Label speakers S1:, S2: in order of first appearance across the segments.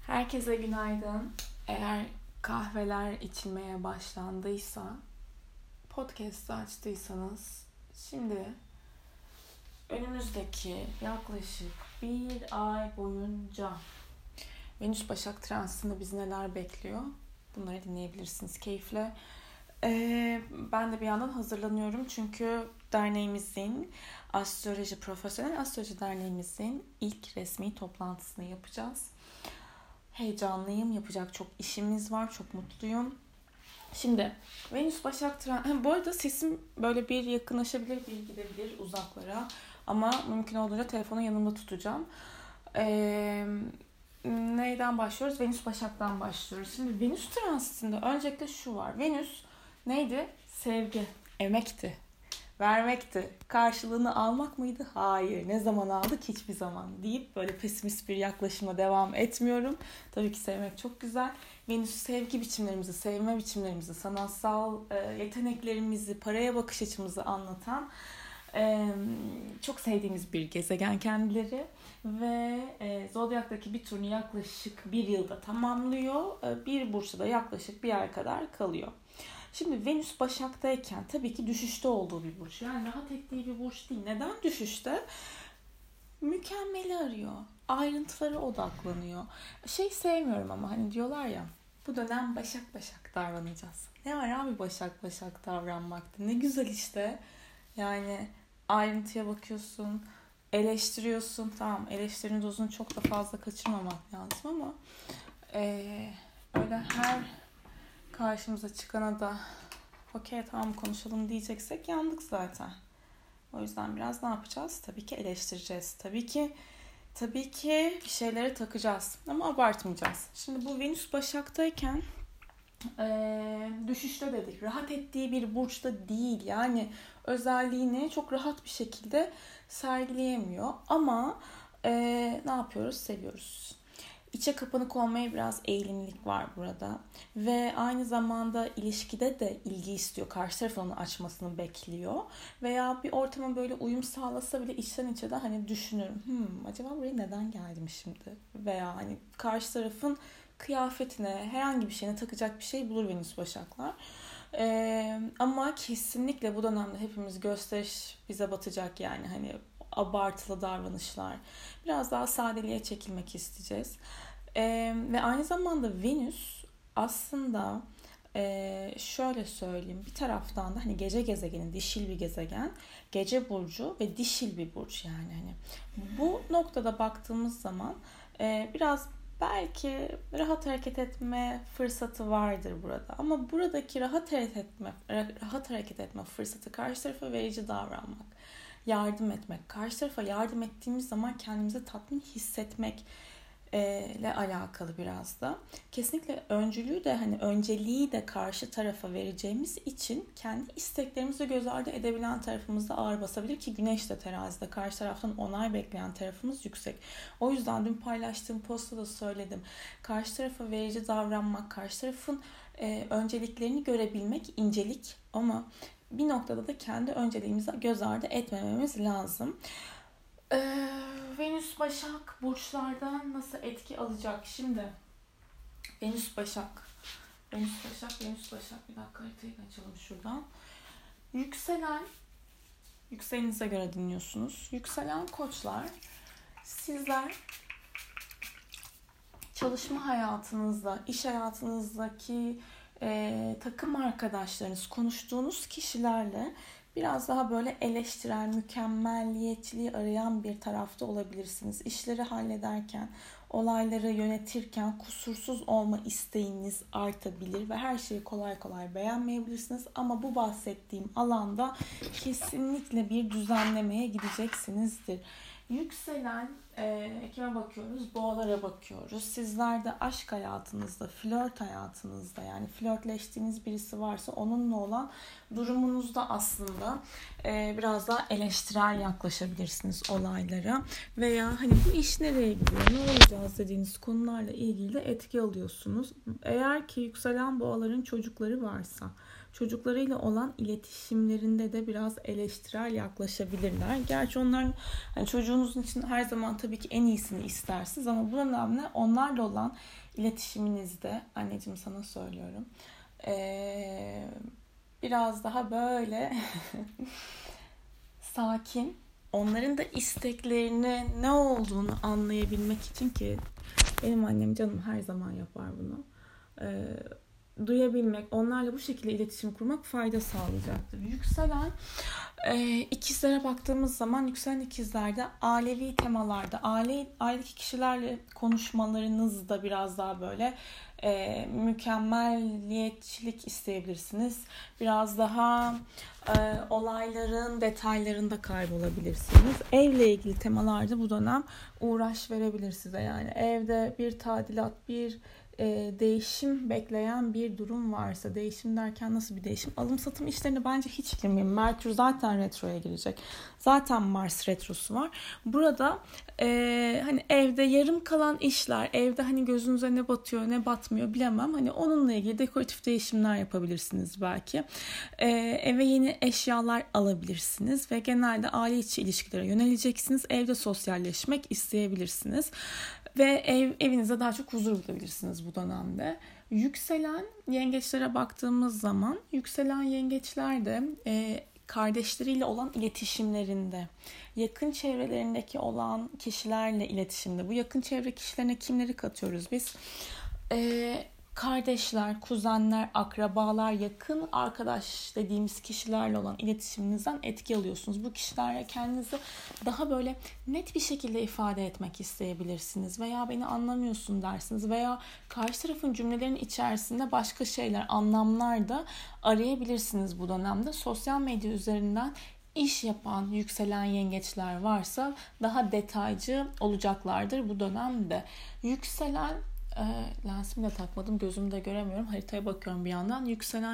S1: Herkese günaydın. Eğer kahveler içilmeye başlandıysa, podcast'ı açtıysanız, şimdi önümüzdeki yaklaşık bir ay boyunca Venüs Başak Transitinde bizi neler bekliyor? Bunları dinleyebilirsiniz keyifle. Ben de bir yandan hazırlanıyorum çünkü derneğimizin, Profesyonel Astroloji Derneğimizin ilk resmi toplantısını yapacağız. Heyecanlıyım. Yapacak çok işimiz var. Çok mutluyum. Şimdi Venüs Başak Transiti. Bu arada sesim böyle bir yakınlaşabilir, bir gidebilir uzaklara. Ama mümkün olduğunca telefonu yanımda tutacağım. Neyden başlıyoruz? Venüs Başak'tan başlıyoruz. Şimdi Venüs Transiti'nde öncelikle şu var. Venüs neydi? Sevgi, emekti. Vermekti. Karşılığını almak mıydı? Hayır. Ne zaman aldık? Hiçbir zaman deyip böyle pesimist bir yaklaşıma devam etmiyorum. Tabii ki sevmek çok güzel. Venüs sevgi biçimlerimizi, sevme biçimlerimizi, sanatsal yeteneklerimizi, paraya bakış açımızı anlatan çok sevdiğimiz bir gezegen kendileri. Ve Zodyak'taki bir turnu yaklaşık bir yılda tamamlıyor. Bir burçta da yaklaşık bir ay kadar kalıyor. Şimdi Venüs Başak'tayken tabii ki düşüşte olduğu bir burç. Yani rahat ettiği bir burç değil. Neden düşüşte? Mükemmeli arıyor. Ayrıntılara odaklanıyor. Sevmiyorum ama hani diyorlar ya, bu dönem Başak Başak davranacağız. Ne var abi Başak Başak davranmakta? Ne güzel işte. Yani ayrıntıya bakıyorsun, eleştiriyorsun. Tamam, eleştirinin dozunu çok da fazla kaçırmamak lazım ama öyle her karşımıza çıkana da okey tamam konuşalım diyeceksek yandık zaten. O yüzden biraz ne yapacağız? Tabii ki eleştireceğiz. Tabii ki bir şeylere takacağız. Ama abartmayacağız. Şimdi bu Venüs Başak'tayken düşüşte dedik. Rahat ettiği bir burçta değil. Yani özelliğini çok rahat bir şekilde sergileyemiyor. Ama ne yapıyoruz? Seviyoruz. İçe kapanık olmaya biraz eğilimlilik var burada. Ve aynı zamanda ilişkide de ilgi istiyor. Karşı tarafın onu açmasını bekliyor. Veya bir ortama böyle uyum sağlasa bile içten içe de hani düşünürüm. Acaba buraya neden geldim şimdi? Veya hani karşı tarafın kıyafetine, herhangi bir şeyine takacak bir şey bulur Venüs Başaklar. Ama kesinlikle bu dönemde hepimiz gösteriş bize batacak yani hani abartılı davranışlar. Biraz daha sadeliğe çekilmek isteyeceğiz. Ve aynı zamanda Venüs aslında şöyle söyleyeyim, bir taraftan da hani gece gezegeni, dişil bir gezegen, gece burcu ve dişil bir burç yani hani bu noktada baktığımız zaman biraz belki rahat hareket etme fırsatı vardır burada. Ama buradaki rahat hareket etme fırsatı karşı tarafa verici davranmak, yardım etmek. Karşı tarafa yardım ettiğimiz zaman kendimizi tatmin hissetmek ile alakalı biraz da. Kesinlikle önceliği de karşı tarafa vereceğimiz için kendi isteklerimizi göz ardı edebilen tarafımızda ağır basabilir ki Güneş de terazide, karşı taraftan onay bekleyen tarafımız yüksek. O yüzden dün paylaştığım postta da söyledim. Karşı tarafa verici davranmak, karşı tarafın önceliklerini görebilmek incelik ama bir noktada da kendi önceliğimizi göz ardı etmememiz lazım. Venüs Başak burçlardan nasıl etki alacak? Şimdi Venüs Başak. Bir dakika haritayı açalım şuradan. Yükselenize göre dinliyorsunuz. Yükselen koçlar, sizler çalışma hayatınızda, iş hayatınızdaki takım arkadaşlarınız, konuştuğunuz kişilerle biraz daha böyle eleştirel, mükemmelliyetçiliği arayan bir tarafta olabilirsiniz. İşleri hallederken, olayları yönetirken kusursuz olma isteğiniz artabilir ve her şeyi kolay kolay beğenmeyebilirsiniz. Ama bu bahsettiğim alanda kesinlikle bir düzenlemeye gideceksinizdir. Yükselen kime bakıyoruz? Boğalara bakıyoruz. Sizler de aşk hayatınızda, flört hayatınızda yani flörtleştiğiniz birisi varsa onunla olan durumunuzda aslında biraz daha eleştirel yaklaşabilirsiniz olaylara. Veya hani bu iş nereye gidiyor, ne olacağız dediğiniz konularla ilgili de etki alıyorsunuz. Eğer ki yükselen boğaların çocukları varsa, çocuklarıyla olan iletişimlerinde de biraz eleştirel yaklaşabilirler. Gerçi onlar hani çocuğunuzun için her zaman tabii ki en iyisini istersiniz ama bu dönemde onlarla olan iletişiminizde, anneciğim sana söylüyorum, biraz daha böyle sakin, onların da isteklerine ne olduğunu anlayabilmek için, ki benim annem canım her zaman yapar bunu, duyabilmek, onlarla bu şekilde iletişim kurmak fayda sağlayacaktır. Yükselen ikizlere baktığımız zaman yükselen ikizlerde ailevi temalarda, ailedeki kişilerle konuşmalarınızda biraz daha böyle mükemmelliyetçilik isteyebilirsiniz. Biraz daha olayların detaylarında kaybolabilirsiniz. Evle ilgili temalarda bu dönem uğraş verebilir size. Yani evde bir tadilat, bir değişim bekleyen bir durum varsa, değişim derken nasıl bir değişim? Alım satım işlerine bence hiç girmeyeyim. Merkür zaten retroya girecek. Zaten Mars retrosu var. Burada hani evde yarım kalan işler, evde hani gözünüze ne batıyor ne batmıyor bilemem. Hani onunla ilgili dekoratif değişimler yapabilirsiniz belki. Eve yeni eşyalar alabilirsiniz ve genelde aile içi ilişkilere yöneleceksiniz. Evde sosyalleşmek isteyebilirsiniz. Ve evinize daha çok huzur bulabilirsiniz bu dönemde. Yükselen yengeçlere baktığımız zaman, yükselen yengeçler de kardeşleriyle olan iletişimlerinde, yakın çevrelerindeki olan kişilerle iletişimde. Bu yakın çevre kişilerine kimleri katıyoruz biz? Kardeşler, kuzenler, akrabalar, yakın arkadaş dediğimiz kişilerle olan iletişiminizden etki alıyorsunuz. Bu kişilerle kendinizi daha böyle net bir şekilde ifade etmek isteyebilirsiniz. Veya beni anlamıyorsun dersiniz. Veya karşı tarafın cümlelerinin içerisinde başka şeyler, anlamlar da arayabilirsiniz bu dönemde. Sosyal medya üzerinden iş yapan yükselen yengeçler varsa daha detaycı olacaklardır bu dönemde. Yükselen lensimi de takmadım, gözümde göremiyorum, haritaya bakıyorum bir yandan.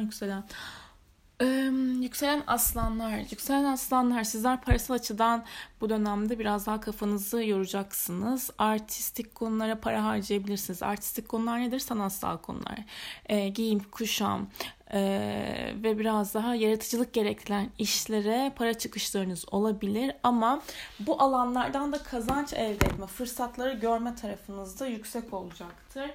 S1: Yükselen aslanlar, sizler parasal açıdan bu dönemde biraz daha kafanızı yoracaksınız. Artistik konulara para harcayabilirsiniz. Artistik konular nedir? Sanatsal konular. Giyim, kuşam ve biraz daha yaratıcılık gerektiren işlere para çıkışlarınız olabilir. Ama bu alanlardan da kazanç elde etme, fırsatları görme tarafınız da yüksek olacaktır.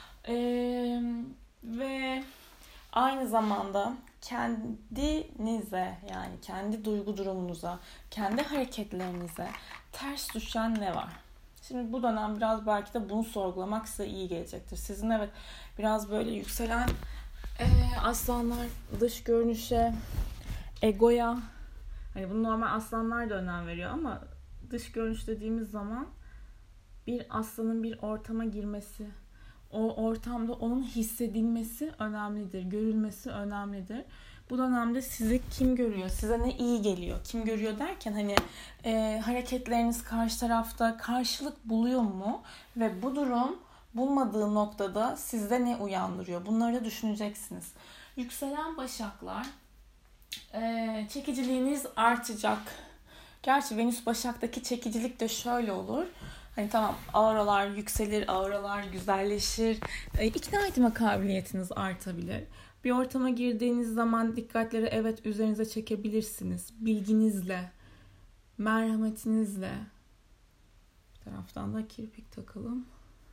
S1: Ve aynı zamanda kendinize, yani kendi duygu durumunuza, kendi hareketlerinize ters düşen ne var? Şimdi bu dönem biraz belki de bunu sorgulamak size iyi gelecektir. Sizin evet biraz böyle yükselen aslanlar dış görünüşe, egoya, hani bunu normal aslanlar da önem veriyor ama dış görünüş dediğimiz zaman bir aslanın bir ortama girmesi, o ortamda onun hissedilmesi önemlidir, görülmesi önemlidir. Bu dönemde sizi kim görüyor, size ne iyi geliyor, kim görüyor derken hani hareketleriniz karşı tarafta karşılık buluyor mu ve bu durum bulmadığı noktada sizde ne uyandırıyor, bunları da düşüneceksiniz. Yükselen Başaklar, çekiciliğiniz artacak. Gerçi Venüs Başak'taki çekicilik de şöyle olur. Hani tamam, auralar yükselir, auralar güzelleşir. İkna etme kabiliyetiniz artabilir. Bir ortama girdiğiniz zaman dikkatleri evet üzerinize çekebilirsiniz. Bilginizle, merhametinizle. Bir taraftan da kirpik takalım.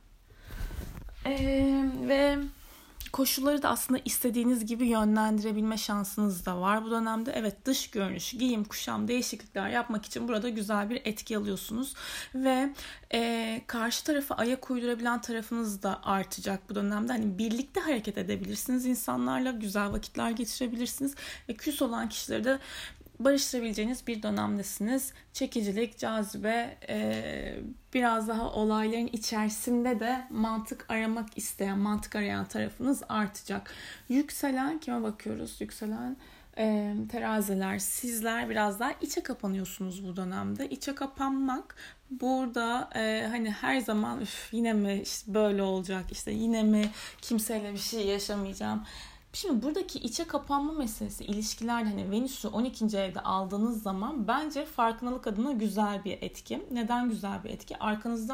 S1: Ve koşulları da aslında istediğiniz gibi yönlendirebilme şansınız da var. Bu dönemde evet dış görünüş, giyim, kuşam değişiklikler yapmak için burada güzel bir etki alıyorsunuz. Ve karşı tarafa ayak uydurabilen tarafınız da artacak bu dönemde. Hani birlikte hareket edebilirsiniz insanlarla, güzel vakitler geçirebilirsiniz. Ve küs olan kişileri de barıştırabileceğiniz bir dönemdesiniz. Çekicilik, cazibe, biraz daha olayların içerisinde de mantık aramak isteyen, mantık arayan tarafınız artacak. Yükselen, kime bakıyoruz? Yükselen teraziler, sizler biraz daha içe kapanıyorsunuz bu dönemde. İçe kapanmak burada hani her zaman yine mi işte böyle olacak, işte yine mi kimseyle bir şey yaşamayacağım. Şimdi buradaki içe kapanma meselesi ilişkilerde hani Venüs'ü 12. evde aldığınız zaman bence farkındalık adına güzel bir etki. Neden güzel bir etki? Arkanızdan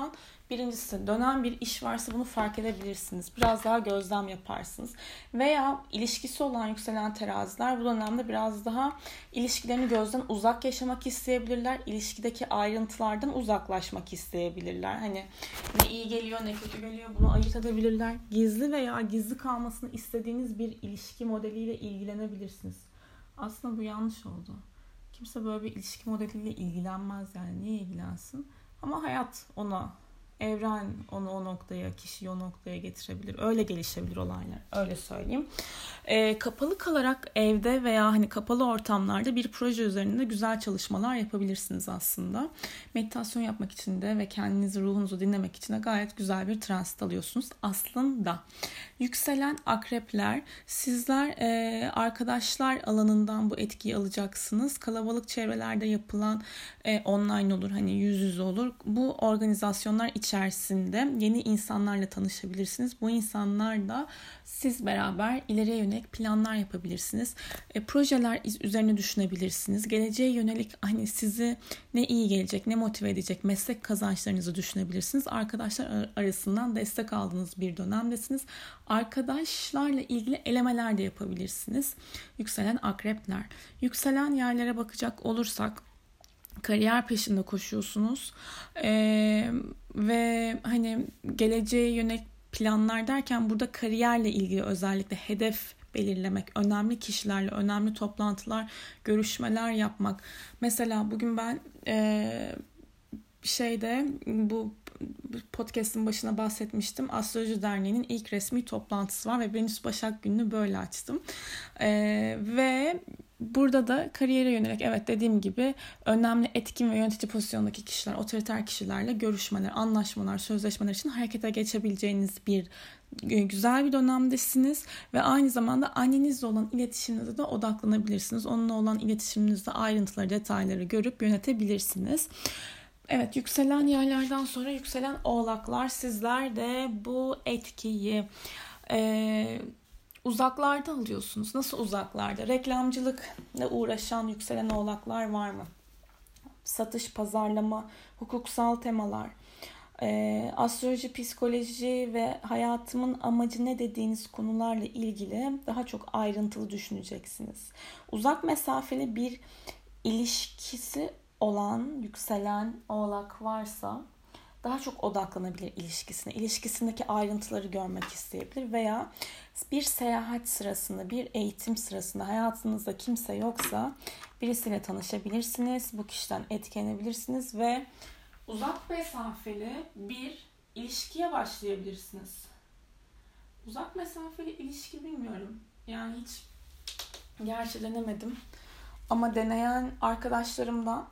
S1: Birincisi, dönen bir iş varsa bunu fark edebilirsiniz. Biraz daha gözlem yaparsınız. Veya ilişkisi olan yükselen teraziler bu dönemde biraz daha ilişkilerini gözden uzak yaşamak isteyebilirler. İlişkideki ayrıntılardan uzaklaşmak isteyebilirler. Hani ne iyi geliyor ne kötü geliyor bunu ayırt edebilirler. Gizli veya gizli kalmasını istediğiniz bir ilişki modeliyle ilgilenebilirsiniz. Aslında bu yanlış oldu. Kimse böyle bir ilişki modeliyle ilgilenmez yani. Niye ilgilensin? Ama hayat ona, evren onu o noktaya, kişiyi o noktaya getirebilir. Öyle gelişebilir olaylar. Öyle söyleyeyim. Kapalı kalarak evde veya hani kapalı ortamlarda bir proje üzerinde güzel çalışmalar yapabilirsiniz aslında. Meditasyon yapmak için de ve kendinizi, ruhunuzu dinlemek için de gayet güzel bir transit alıyorsunuz aslında. Yükselen akrepler, sizler arkadaşlar alanından bu etkiyi alacaksınız. Kalabalık çevrelerde yapılan online olur, hani yüz yüze olur. Bu organizasyonlar içerisinde yeni insanlarla tanışabilirsiniz. Bu insanlarla siz beraber ileriye yönelik planlar yapabilirsiniz. Projeler üzerine düşünebilirsiniz. Geleceğe yönelik hani sizi ne iyi gelecek, ne motive edecek meslek kazançlarınızı düşünebilirsiniz. Arkadaşlar arasından destek aldığınız bir dönemdesiniz. Arkadaşlarla ilgili elemeler de yapabilirsiniz. Yükselen akrepler. Yükselen yerlere bakacak olursak kariyer peşinde koşuyorsunuz ve hani geleceğe yönelik planlar derken burada kariyerle ilgili özellikle hedef belirlemek, önemli kişilerle önemli toplantılar, görüşmeler yapmak. Mesela bugün ben bu podcast'ın başına bahsetmiştim. Astroloji Derneği'nin ilk resmi toplantısı var ve Venüs Başak gününü böyle açtım. Ve burada da kariyere yönelik evet dediğim gibi önemli etkin ve yönetici pozisyondaki kişiler, otoriter kişilerle görüşmeler, anlaşmalar, sözleşmeler için harekete geçebileceğiniz bir güzel bir dönemdesiniz ve aynı zamanda annenizle olan iletişiminize de odaklanabilirsiniz. Onunla olan iletişiminizde ayrıntıları, detayları görüp yönetebilirsiniz. Evet, yükselen yaylardan sonra yükselen oğlaklar, sizler de bu etkiyi uzaklarda alıyorsunuz. Nasıl uzaklarda? Reklamcılıkla uğraşan yükselen oğlaklar var mı? Satış, pazarlama, hukuksal temalar, astroloji, psikoloji ve hayatımın amacı ne dediğiniz konularla ilgili daha çok ayrıntılı düşüneceksiniz. Uzak mesafeli bir ilişkisi olan yükselen oğlak varsa daha çok odaklanabilir ilişkisine. İlişkisindeki ayrıntıları görmek isteyebilir veya bir seyahat sırasında, bir eğitim sırasında hayatınızda kimse yoksa birisiyle tanışabilirsiniz. Bu kişiden etkilenebilirsiniz ve uzak mesafeli bir ilişkiye başlayabilirsiniz. Uzak mesafeli ilişki bilmiyorum. Yani hiç gerçi denemedim. Ama deneyen arkadaşlarımdan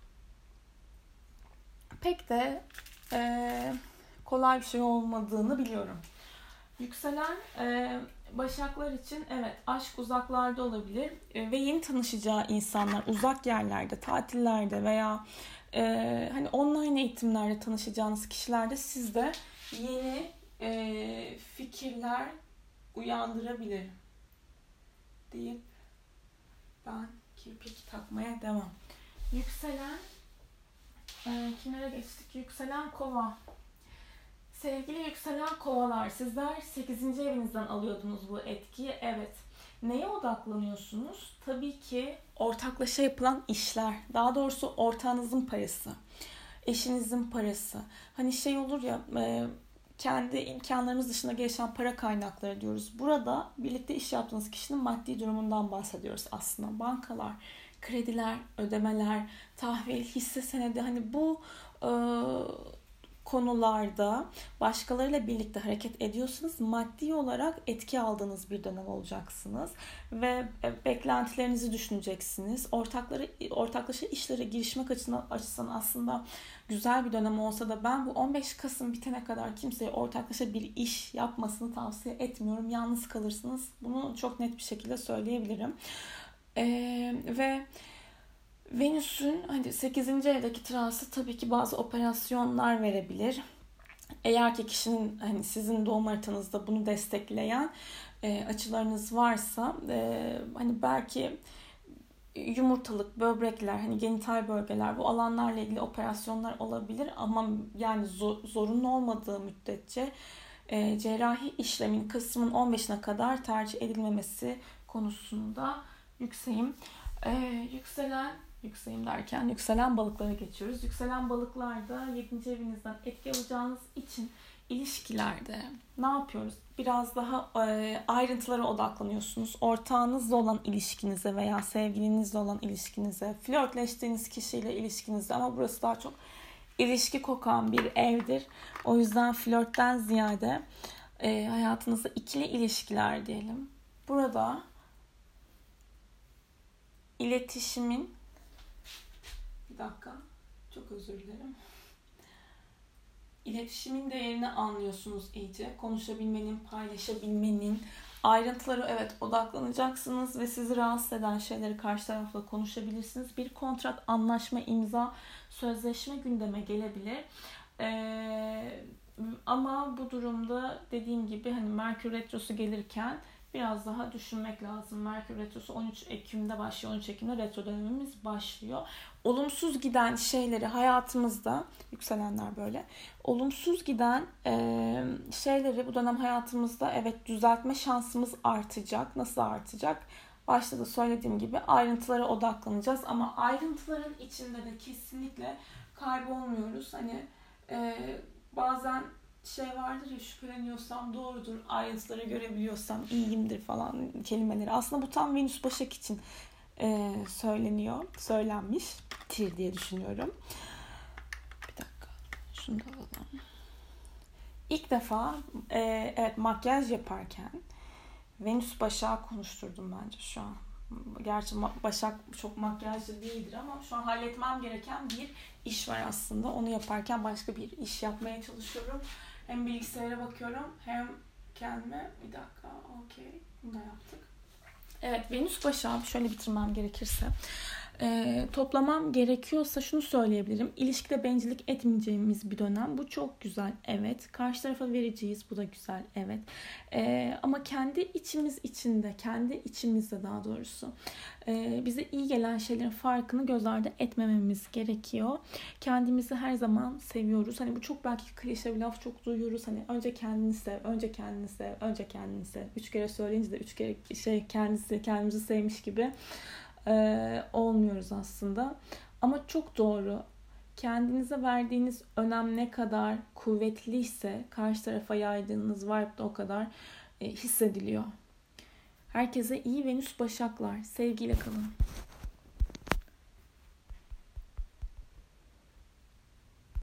S1: pek de kolay bir şey olmadığını biliyorum. Yükselen başaklar için evet aşk uzaklarda olabilir ve yeni tanışacağı insanlar uzak yerlerde, tatillerde veya hani online eğitimlerde tanışacağınız kişilerde sizde yeni fikirler uyandırabilir deyip ben kirpik takmaya devam. Yükselen kimlere geçtik? Yükselen kova. Sevgili yükselen kovalar, sizler 8. evinizden alıyordunuz bu etkiyi. Evet. Neye odaklanıyorsunuz? Tabii ki ortaklaşa yapılan işler. Daha doğrusu ortağınızın parası. Eşinizin parası. Hani şey olur ya kendi imkanlarımız dışında gelişen para kaynakları diyoruz. Burada birlikte iş yaptığınız kişinin maddi durumundan bahsediyoruz aslında. Bankalar, krediler, ödemeler, tahvil, hisse senedi hani bu konularda başkalarıyla birlikte hareket ediyorsanız maddi olarak etki aldığınız bir dönem olacaksınız ve beklentilerinizi düşüneceksiniz. Ortaklaşa işlere girişmek açısından aslında güzel bir dönem olsa da ben bu 15 Kasım bitene kadar kimseye ortaklaşa bir iş yapmasını tavsiye etmiyorum. Yalnız kalırsınız. Bunu çok net bir şekilde söyleyebilirim. Ve Venüs'ün hani 8. evdeki transı tabii ki bazı operasyonlar verebilir. Eğer ki kişinin hani sizin doğum haritanızda bunu destekleyen açılarınız varsa hani belki yumurtalık, böbrekler, hani genital bölgeler, bu alanlarla ilgili operasyonlar olabilir ama yani zorunlu olmadığı müddetçe cerrahi işlemin Kasım'ın 15'ine kadar tercih edilmemesi konusunda yükseğim. Yükseğim derken yükselen balıklara geçiyoruz. Yükselen balıklarda 7. evinizden etki alacağınız için ilişkilerde ne yapıyoruz? Biraz daha ayrıntılara odaklanıyorsunuz. Ortağınızla olan ilişkinize veya sevgilinizle olan ilişkinize, flörtleştiğiniz kişiyle ilişkinizde, ama burası daha çok ilişki kokan bir evdir. O yüzden flörtten ziyade hayatınızda ikili ilişkiler diyelim. Burada iletişimin, bir dakika, çok özür dilerim. İletişimin değerini anlıyorsunuz iyice. Konuşabilmenin, paylaşabilmenin, ayrıntıları evet odaklanacaksınız ve sizi rahatsız eden şeyleri karşı tarafla konuşabilirsiniz. Bir kontrat, anlaşma, imza, sözleşme gündeme gelebilir. Ama bu durumda dediğim gibi hani Merkür Retrosu gelirken biraz daha düşünmek lazım. Merkür Retrosu 13 Ekim'de başlıyor. 13 Ekim'de retro dönemimiz başlıyor. Olumsuz giden şeyleri hayatımızda, yükselenler böyle, olumsuz giden şeyleri bu dönem hayatımızda evet düzeltme şansımız artacak. Nasıl artacak? Başta da söylediğim gibi ayrıntılara odaklanacağız. Ama ayrıntıların içinde de kesinlikle kaybolmuyoruz. Hani bazen şey vardır ya, şüpheleniyorsam doğrudur, ayrıntıları görebiliyorsam iyiyimdir falan kelimeleri. Aslında bu tam Venüs Başak için söylenmiştir diye düşünüyorum. Bir dakika, şunu da alalım. İlk defa evet makyaj yaparken Venüs Başak'ı konuşturdum bence şu an. Gerçi Başak çok makyajlı değildir ama şu an halletmem gereken bir iş var aslında. Onu yaparken başka bir iş yapmaya çalışıyorum. Hem bilgisayara bakıyorum hem kendime. Bir dakika, okey. Bunu da yaptık. Evet, Venüs Başak, şöyle bitirmem gerekirse. Toplamam gerekiyorsa şunu söyleyebilirim. İlişkide bencillik etmeyeceğimiz bir dönem. Bu çok güzel, evet. Karşı tarafa vereceğiz, bu da güzel, evet. Ama kendi içimizde daha doğrusu bize iyi gelen şeylerin farkını göz ardı etmememiz gerekiyor. Kendimizi her zaman seviyoruz. Hani bu çok belki klişe bir laf, çok duyuyoruz. Hani önce kendini sev, önce kendini sev, önce kendini sev. 3 kere söyleyince de 3 kere kendimizi sevmiş gibi olmuyoruz aslında. Ama çok doğru. Kendinize verdiğiniz önem ne kadar kuvvetliyse karşı tarafa yaydığınız vibe de o kadar hissediliyor. Herkese iyi Venüs Başaklar. Sevgiyle kalın.